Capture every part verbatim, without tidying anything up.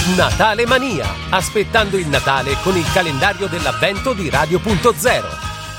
Natale Mania, aspettando il Natale con il calendario dell'avvento di Radio Punto Zero.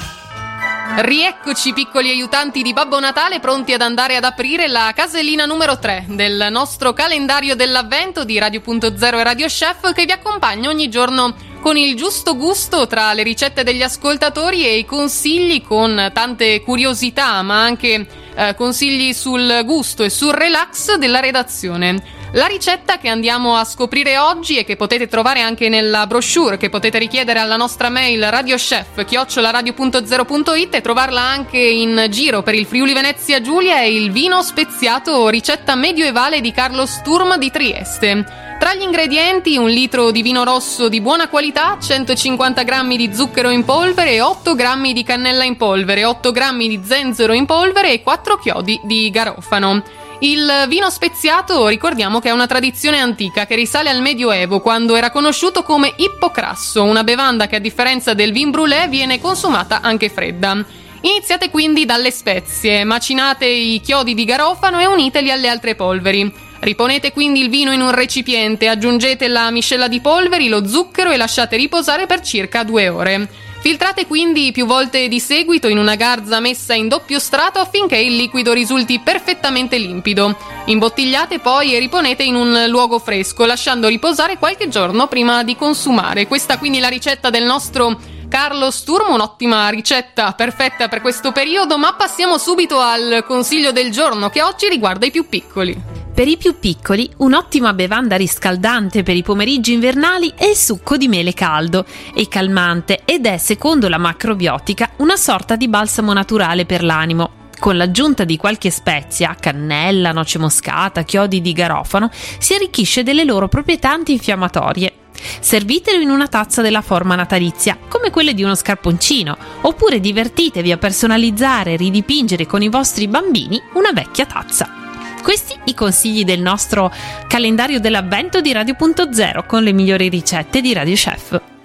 Rieccoci piccoli aiutanti di Babbo Natale, pronti ad andare ad aprire la casellina numero tre del nostro calendario dell'avvento di Radio Punto Zero e Radio Chef, che vi accompagna ogni giorno con il giusto gusto tra le ricette degli ascoltatori e i consigli con tante curiosità, ma anche eh, consigli sul gusto e sul relax della redazione. La ricetta che andiamo a scoprire oggi e che potete trovare anche nella brochure, che potete richiedere alla nostra mail radiochef chiocciola radio punto zero punto it e trovarla anche in giro per il Friuli Venezia Giulia, è il vino speziato ricetta medioevale di Carlo Sturm di Trieste. Tra gli ingredienti un litro di vino rosso di buona qualità, centocinquanta grammi di zucchero in polvere, otto grammi di cannella in polvere, otto grammi di zenzero in polvere e quattro chiodi di garofano. Il vino speziato ricordiamo che è una tradizione antica che risale al Medioevo, quando era conosciuto come ippocrasso, una bevanda che a differenza del vin brûlé viene consumata anche fredda. Iniziate quindi dalle spezie, macinate i chiodi di garofano e uniteli alle altre polveri. Riponete quindi il vino in un recipiente, aggiungete la miscela di polveri, lo zucchero e lasciate riposare per circa due ore. Filtrate quindi più volte di seguito in una garza messa in doppio strato affinché il liquido risulti perfettamente limpido. Imbottigliate poi e riponete in un luogo fresco, lasciando riposare qualche giorno prima di consumare. Questa quindi la ricetta del nostro Carlo Sturm, un'ottima ricetta perfetta per questo periodo, ma passiamo subito al consiglio del giorno, che oggi riguarda i più piccoli. Per i più piccoli, un'ottima bevanda riscaldante per i pomeriggi invernali è il succo di mele caldo. È calmante ed è, secondo la macrobiotica, una sorta di balsamo naturale per l'animo. Con l'aggiunta di qualche spezia, cannella, noce moscata, chiodi di garofano, si arricchisce delle loro proprietà antinfiammatorie. Servitelo in una tazza della forma natalizia, come quelle di uno scarponcino, oppure divertitevi a personalizzare e ridipingere con i vostri bambini una vecchia tazza. Questi i consigli del nostro calendario dell'avvento di Radio Punto Zero con le migliori ricette di Radio Chef.